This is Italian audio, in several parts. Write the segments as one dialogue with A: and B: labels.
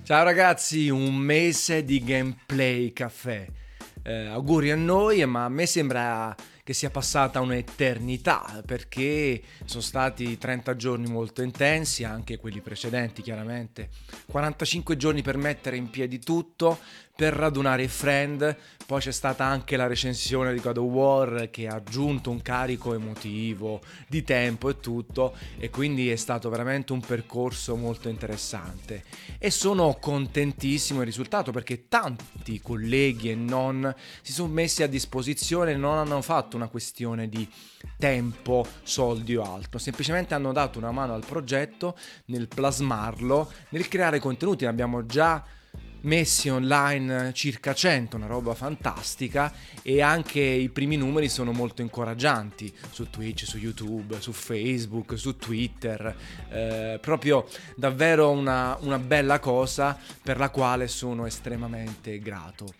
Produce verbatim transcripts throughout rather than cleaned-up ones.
A: Ciao ragazzi, un mese di Gameplay Caffè. Eh, auguri a noi, ma a me sembra che sia passata un'eternità, perché sono stati trenta giorni molto intensi, anche quelli precedenti chiaramente, quarantacinque giorni per mettere in piedi tutto, per radunare i friend, poi c'è stata anche la recensione di God of War che ha aggiunto un carico emotivo, di tempo e tutto, e quindi è stato veramente un percorso molto interessante e sono contentissimo del risultato, perché tanti colleghi e non si sono messi a disposizione e non hanno fatto una questione di tempo, soldi o altro, semplicemente hanno dato una mano al progetto nel plasmarlo, nel creare contenuti. Ne abbiamo già messi online circa cento, una roba fantastica, e anche i primi numeri sono molto incoraggianti su Twitch, su YouTube, su Facebook, su Twitter, eh, proprio davvero una, una bella cosa per la quale sono estremamente grato.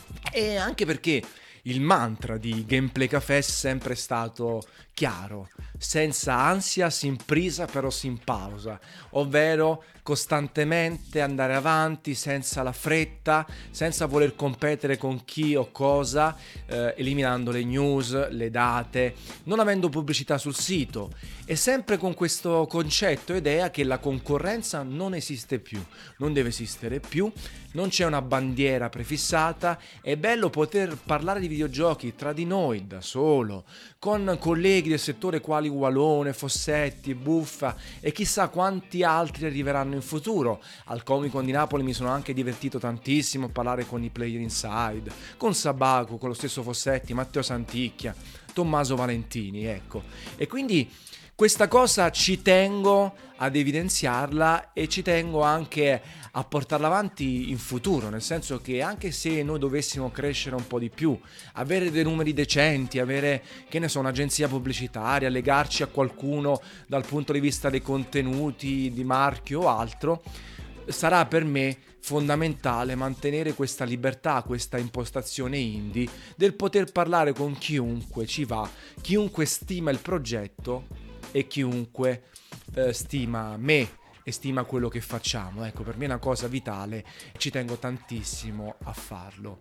A: E anche perché il mantra di Gameplay Café è sempre stato chiaro: senza ansia, sin prisa però sin pausa, ovvero costantemente andare avanti senza la fretta, senza voler competere con chi o cosa, eh, eliminando le news, le date, non avendo pubblicità sul sito, e sempre con questo concetto e idea che la concorrenza non esiste più, non deve esistere più, non c'è una bandiera prefissata. È bello poter parlare di videogiochi tra di noi, da solo, con colleghi del settore quali Walone, Fossetti, Buffa e chissà quanti altri arriveranno in futuro. Al Comic Con di Napoli mi sono anche divertito tantissimo a parlare con i player inside, con Sabaco, con lo stesso Fossetti, Matteo Santicchia, Tommaso Valentini, ecco. E quindi questa cosa ci tengo ad evidenziarla e ci tengo anche a portarla avanti in futuro, nel senso che anche se noi dovessimo crescere un po' di più, avere dei numeri decenti, avere, che ne so, un'agenzia pubblicitaria, legarci a qualcuno dal punto di vista dei contenuti, di marchio o altro, sarà per me fondamentale mantenere questa libertà, questa impostazione indie del poter parlare con chiunque ci va, chiunque stima il progetto e chiunque eh, stima me e stima quello che facciamo. Ecco, per me è una cosa vitale, ci tengo tantissimo a farlo.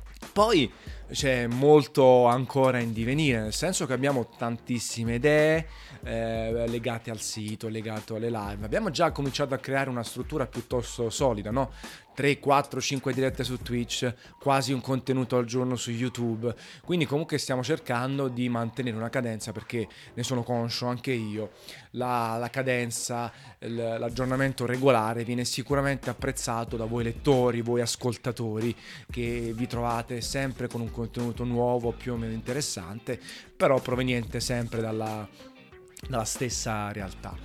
A: Poi c'è molto ancora in divenire, nel senso che abbiamo tantissime idee eh, legate al sito, legate alle live. Abbiamo già cominciato a creare una struttura piuttosto solida, no? tre, quattro, cinque dirette su Twitch, quasi un contenuto al giorno su YouTube. Quindi comunque stiamo cercando di mantenere una cadenza, perché ne sono conscio anche io. La, la cadenza, l- l'aggiornamento regolare viene sicuramente apprezzato da voi lettori, voi ascoltatori, che vi trovate sempre con un contenuto nuovo, più o meno interessante, però proveniente sempre dalla, dalla stessa realtà.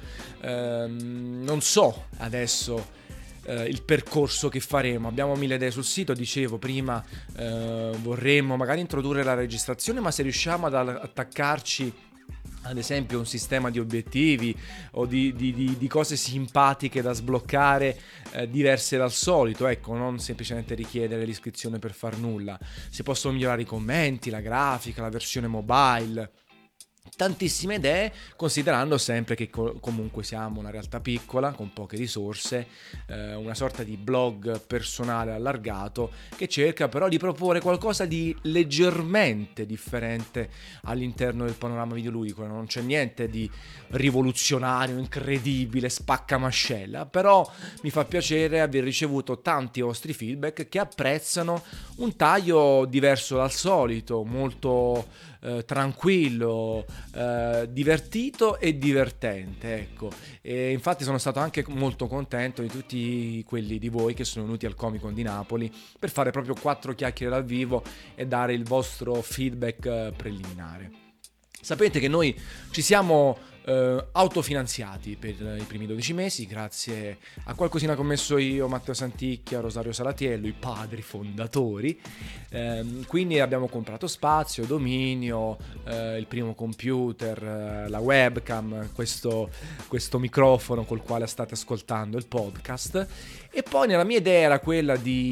A: Ehm, non so adesso Uh, il percorso che faremo. Abbiamo mille idee sul sito, dicevo prima, uh, vorremmo magari introdurre la registrazione, ma se riusciamo ad attaccarci ad esempio un sistema di obiettivi o di, di, di, di cose simpatiche da sbloccare, eh, diverse dal solito, ecco, non semplicemente richiedere l'iscrizione per far nulla. Si possono migliorare i commenti, la grafica, la versione mobile. Tantissime idee, considerando sempre che co- comunque siamo una realtà piccola con poche risorse, eh, una sorta di blog personale allargato che cerca però di proporre qualcosa di leggermente differente all'interno del panorama videoludico. Non c'è niente di rivoluzionario, incredibile, spaccamascella, però mi fa piacere aver ricevuto tanti vostri feedback che apprezzano un taglio diverso dal solito, molto Eh, tranquillo, eh, divertito e divertente, ecco. E infatti sono stato anche molto contento di tutti quelli di voi che sono venuti al Comic Con di Napoli per fare proprio quattro chiacchiere dal vivo e dare il vostro feedback eh, preliminare. Sapete che noi ci siamo eh, autofinanziati per i primi dodici mesi grazie a qualcosina che ho messo io, Matteo Santicchia, Rosario Salatiello, i padri fondatori. Eh, quindi abbiamo comprato spazio, dominio, eh, il primo computer, eh, la webcam, questo, questo microfono col quale state ascoltando il podcast. E poi nella mia idea era quella di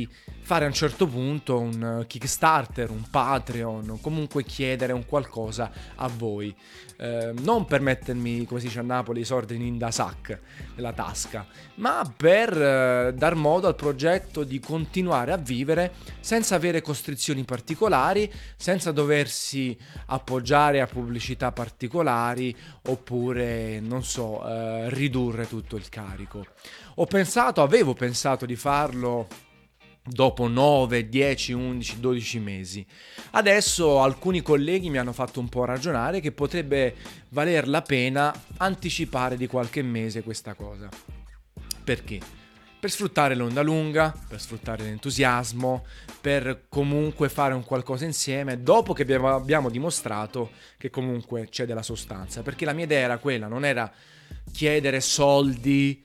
A: fare a un certo punto un Kickstarter, un Patreon, comunque chiedere un qualcosa a voi, eh, non per mettermi, come si dice a Napoli, i soldi in da sac, nella tasca, ma per eh, dar modo al progetto di continuare a vivere senza avere costrizioni particolari, senza doversi appoggiare a pubblicità particolari oppure, non so, eh, ridurre tutto il carico. Ho pensato, avevo pensato di farlo dopo nove, dieci, undici, dodici mesi. Adesso alcuni colleghi mi hanno fatto un po' ragionare che potrebbe valer la pena anticipare di qualche mese questa cosa. Perché? Per sfruttare l'onda lunga, per sfruttare l'entusiasmo, per comunque fare un qualcosa insieme dopo che abbiamo, abbiamo dimostrato che comunque c'è della sostanza. Perché la mia idea era quella, non era chiedere soldi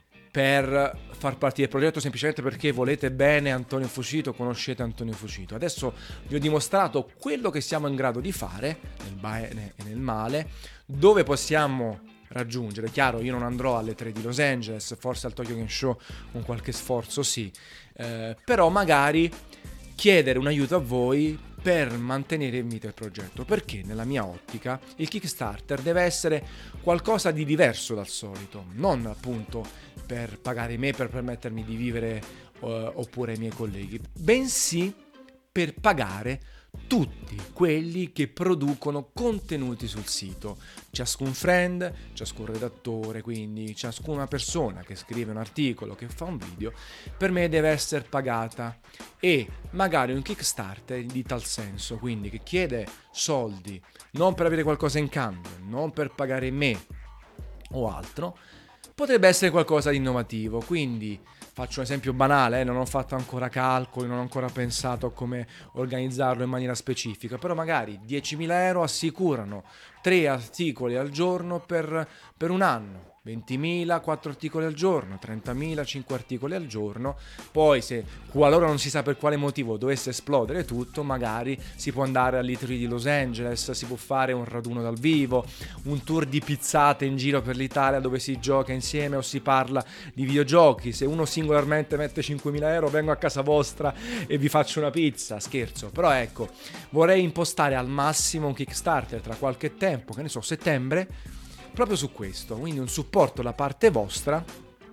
A: per far partire il progetto semplicemente perché volete bene Antonio Fucito, conoscete Antonio Fucito. Adesso vi ho dimostrato quello che siamo in grado di fare, nel bene e nel male, dove possiamo raggiungere. Chiaro, io non andrò alle tre di Los Angeles, forse al Tokyo Game Show con qualche sforzo sì, eh, però magari chiedere un aiuto a voi per mantenere in vita il progetto, perché nella mia ottica il Kickstarter deve essere qualcosa di diverso dal solito, non appunto per pagare me, per permettermi di vivere uh, oppure i miei colleghi, bensì per pagare tutti quelli che producono contenuti sul sito, ciascun friend, ciascun redattore, quindi ciascuna persona che scrive un articolo, che fa un video, per me deve essere pagata. E magari un Kickstarter di tal senso, quindi che chiede soldi non per avere qualcosa in cambio, non per pagare me o altro, potrebbe essere qualcosa di innovativo. Quindi faccio un esempio banale, eh, non ho fatto ancora calcoli, non ho ancora pensato a come organizzarlo in maniera specifica, però magari diecimila euro assicurano tre articoli al giorno per, per un anno, ventimila, quattro articoli al giorno, trentamila, cinque articoli al giorno. Poi se qualora non si sa per quale motivo dovesse esplodere tutto, magari si può andare all'E tre di Los Angeles, si può fare un raduno dal vivo, un tour di pizzate in giro per l'Italia dove si gioca insieme o si parla di videogiochi. Se uno singolarmente mette cinquemila euro, vengo a casa vostra e vi faccio una pizza, scherzo. Però ecco, vorrei impostare al massimo un Kickstarter tra qualche tempo, che ne so, settembre, proprio su questo, quindi un supporto da parte vostra,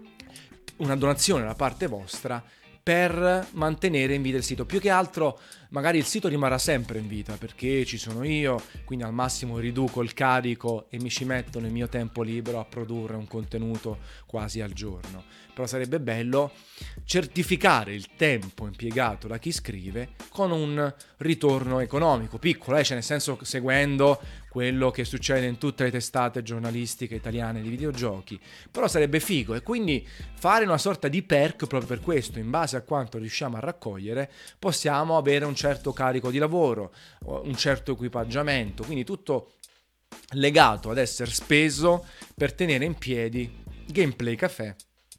A: una donazione da parte vostra per mantenere in vita il sito. Più che altro magari il sito rimarrà sempre in vita perché ci sono io, quindi al massimo riduco il carico e mi ci metto nel mio tempo libero a produrre un contenuto quasi al giorno. Però sarebbe bello certificare il tempo impiegato da chi scrive con un ritorno economico, piccolo, eh, cioè nel senso seguendo quello che succede in tutte le testate giornalistiche italiane di videogiochi, però sarebbe figo e quindi fare una sorta di perk proprio per questo, in base a quanto riusciamo a raccogliere possiamo avere un certo carico di lavoro, un certo equipaggiamento, quindi tutto legato ad essere speso per tenere in piedi Gameplay Café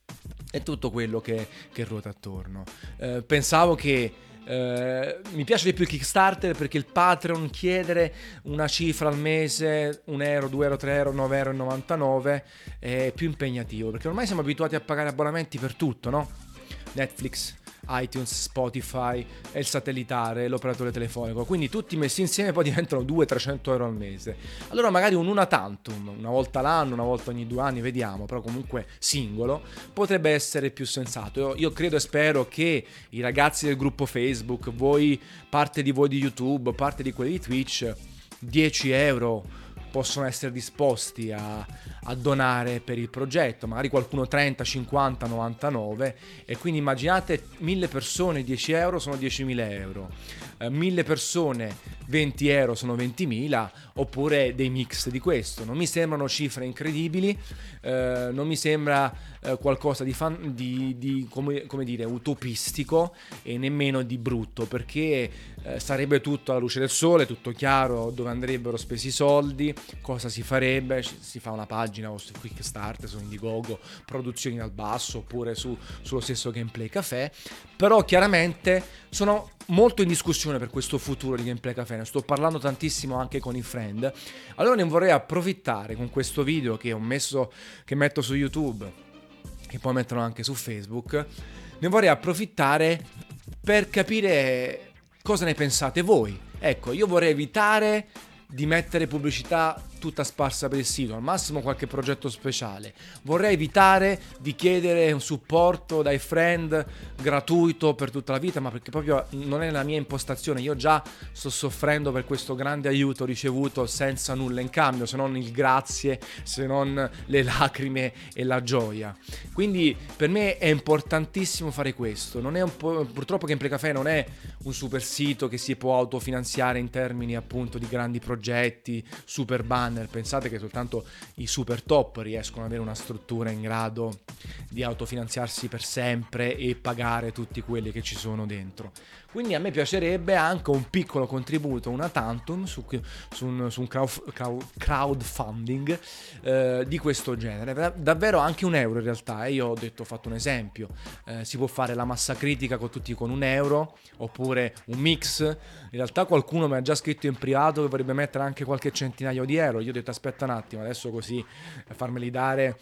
A: e tutto quello che, che ruota attorno. Eh, pensavo che Uh, mi piace di più il Kickstarter perché il Patreon, chiedere una cifra al mese, un euro, due euro, tre euro, nove euro e novantanove, è più impegnativo perché ormai siamo abituati a pagare abbonamenti per tutto, no? Netflix, iTunes, Spotify, e il satellitare, l'operatore telefonico, quindi tutti messi insieme poi diventano duecento trecento euro al mese. Allora magari un una tantum, una volta l'anno, una volta ogni due anni, vediamo, però comunque singolo, potrebbe essere più sensato. Io, io credo e spero che i ragazzi del gruppo Facebook, voi, parte di voi di YouTube, parte di quelli di Twitch, dieci euro possono essere disposti a, a donare per il progetto, magari qualcuno trenta, cinquanta, novantanove, e quindi immaginate mille persone, dieci euro sono diecimila euro, eh, mille persone, venti euro sono ventimila, oppure dei mix di questo. Non mi sembrano cifre incredibili, eh, non mi sembra eh, qualcosa di, fan, di, di come, come dire, utopistico e nemmeno di brutto, perché eh, sarebbe tutto alla luce del sole, tutto chiaro dove andrebbero spesi i soldi, cosa si farebbe, si fa una pagina o su Kickstarter, su Indiegogo, produzioni dal basso, oppure su, sullo stesso Gameplay Café. Però chiaramente sono molto in discussione per questo futuro di Gameplay Café, ne sto parlando tantissimo anche con i friend, allora ne vorrei approfittare con questo video che ho messo, che metto su YouTube, che poi mettono anche su Facebook, ne vorrei approfittare per capire cosa ne pensate voi. Ecco, io vorrei evitare di mettere pubblicità tutta sparsa per il sito, al massimo qualche progetto speciale. Vorrei evitare di chiedere un supporto dai friend gratuito per tutta la vita, ma perché proprio non è la mia impostazione. Io già sto soffrendo per questo grande aiuto ricevuto senza nulla in cambio, se non il grazie, se non le lacrime e la gioia. Quindi per me è importantissimo fare questo. Non è un po', purtroppo Gameplay Café non è un super sito che si può autofinanziare in termini appunto di grandi progetti, super banner. Pensate che soltanto i super top riescono ad avere una struttura in grado di autofinanziarsi per sempre e pagare tutti quelli che ci sono dentro. Quindi a me piacerebbe anche un piccolo contributo, una tantum, su, su un, su un crowd, crowdfunding eh, di questo genere. Davvero anche un euro in realtà. Eh. Io ho detto, ho fatto un esempio. Eh, si può fare la massa critica con tutti con un euro, oppure un mix. In realtà qualcuno mi ha già scritto in privato che vorrebbe mettere anche qualche centinaio di euro. Io ho detto aspetta un attimo, adesso così farmeli dare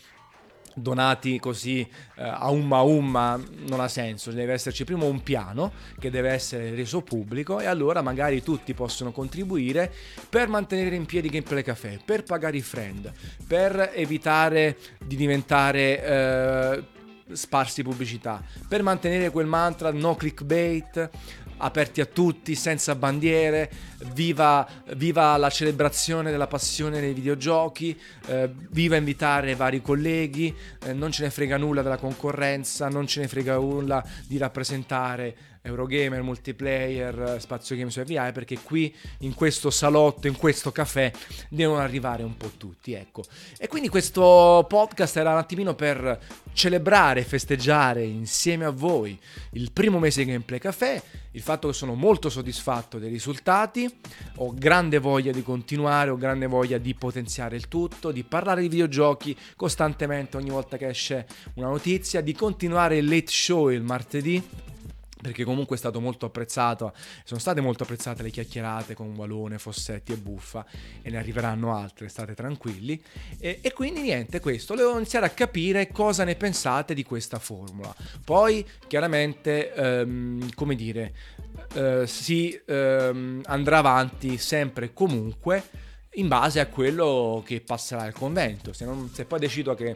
A: donati così eh, a umma a umma non ha senso. Deve esserci prima un piano che deve essere reso pubblico, e allora magari tutti possono contribuire per mantenere in piedi Gameplay Café, per pagare i friend, per evitare di diventare eh, sparsi pubblicità, per mantenere quel mantra no clickbait, aperti a tutti, senza bandiere, viva, viva la celebrazione della passione dei videogiochi, eh, viva invitare vari colleghi, eh, non ce ne frega nulla della concorrenza, non ce ne frega nulla di rappresentare Eurogamer, Multiplayer, Spazio Games e V I, perché qui in questo salotto, in questo caffè devono arrivare un po' tutti, ecco. E quindi questo podcast era un attimino per celebrare e festeggiare insieme a voi il primo mese di Gameplay Café, il fatto che sono molto soddisfatto dei risultati, ho grande voglia di continuare, ho grande voglia di potenziare il tutto, di parlare di videogiochi costantemente ogni volta che esce una notizia, di continuare il late show il martedì, perché comunque è stato molto apprezzato, sono state molto apprezzate le chiacchierate con Walone, Fossetti e Buffa, e ne arriveranno altre, state tranquilli. E, e quindi niente, questo, volevo iniziare a capire cosa ne pensate di questa formula. Poi chiaramente, ehm, come dire, eh, si ehm, andrà avanti sempre e comunque in base a quello che passerà il convento. Se, non, se poi decido che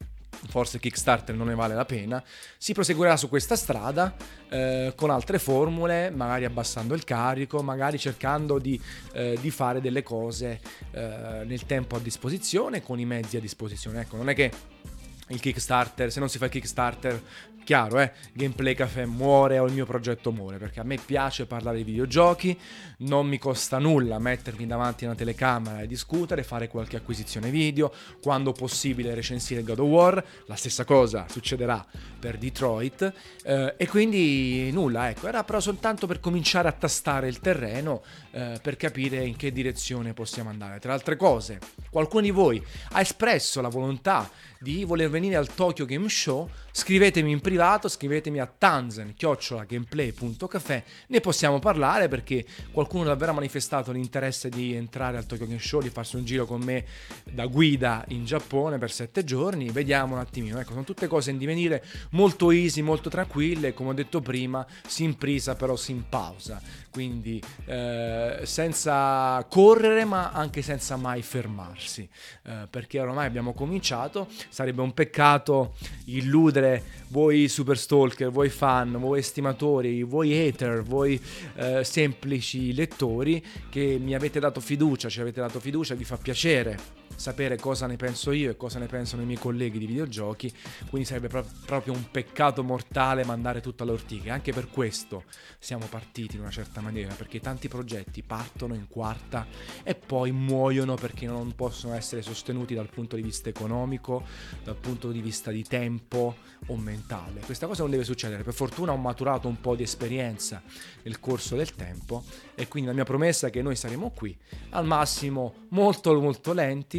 A: forse Kickstarter non ne vale la pena, si proseguirà su questa strada eh, con altre formule, magari abbassando il carico, magari cercando di, eh, di fare delle cose eh, nel tempo a disposizione, con i mezzi a disposizione. Ecco, non è che il Kickstarter, se non si fa il Kickstarter, chiaro, eh, Gameplay Café muore o il mio progetto muore, perché a me piace parlare di videogiochi, non mi costa nulla mettermi davanti a una telecamera e discutere, fare qualche acquisizione video, quando possibile recensire God of War, la stessa cosa succederà per Detroit, eh, e quindi nulla, ecco, era però soltanto per cominciare a tastare il terreno, eh, per capire in che direzione possiamo andare. Tra altre cose, qualcuno di voi ha espresso la volontà di voler venire al Tokyo Game Show, scrivetemi in privato, scrivetemi a tanzen chiocciola gameplay punto café, ne possiamo parlare, perché qualcuno davvero ha manifestato l'interesse di entrare al Tokyo Game Show, di farsi un giro con me da guida in Giappone per sette giorni, vediamo un attimino, ecco, sono tutte cose in divenire, molto easy, molto tranquille, come ho detto prima, si imprisa però si in pausa, quindi eh, senza correre ma anche senza mai fermarsi, eh, perché ormai abbiamo cominciato. Sarebbe un peccato illudere voi super stalker, voi fan, voi estimatori, voi hater, voi eh, semplici lettori che mi avete dato fiducia, ci avete dato fiducia, vi fa piacere sapere cosa ne penso io e cosa ne pensano i miei colleghi di videogiochi, quindi sarebbe pro- proprio un peccato mortale mandare tutto alle ortiche. Anche per questo siamo partiti in una certa maniera, perché tanti progetti partono in quarta e poi muoiono perché non possono essere sostenuti dal punto di vista economico, dal punto di vista di tempo o mentale. Questa cosa non deve succedere. Per fortuna ho maturato un po' di esperienza nel corso del tempo, e quindi la mia promessa è che noi saremo qui al massimo molto molto lenti,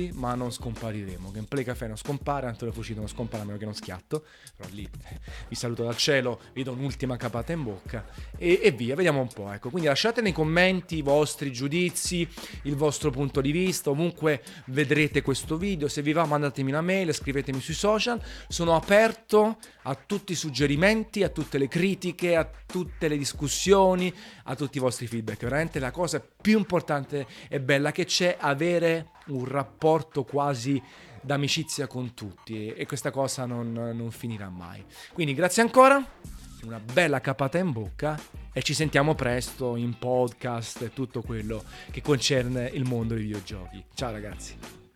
A: noi, ma non scompariremo. Gameplay Caffè non scompare, Antonio Fucito non scompare a meno che non schiatto. Però lì eh, vi saluto dal cielo, vi do un'ultima capata in bocca e, e via, vediamo un po'. Ecco, quindi lasciate nei commenti i vostri giudizi, il vostro punto di vista, ovunque vedrete questo video. Se vi va mandatemi una mail, scrivetemi sui social. Sono aperto a tutti i suggerimenti, a tutte le critiche, a tutte le discussioni, a tutti i vostri feedback. Veramente la cosa più importante e bella che c'è, avere un rapporto quasi d'amicizia con tutti, e questa cosa non, non finirà mai. Quindi grazie ancora, una bella capata in bocca e ci sentiamo presto in podcast e tutto quello che concerne il mondo dei videogiochi. Ciao ragazzi.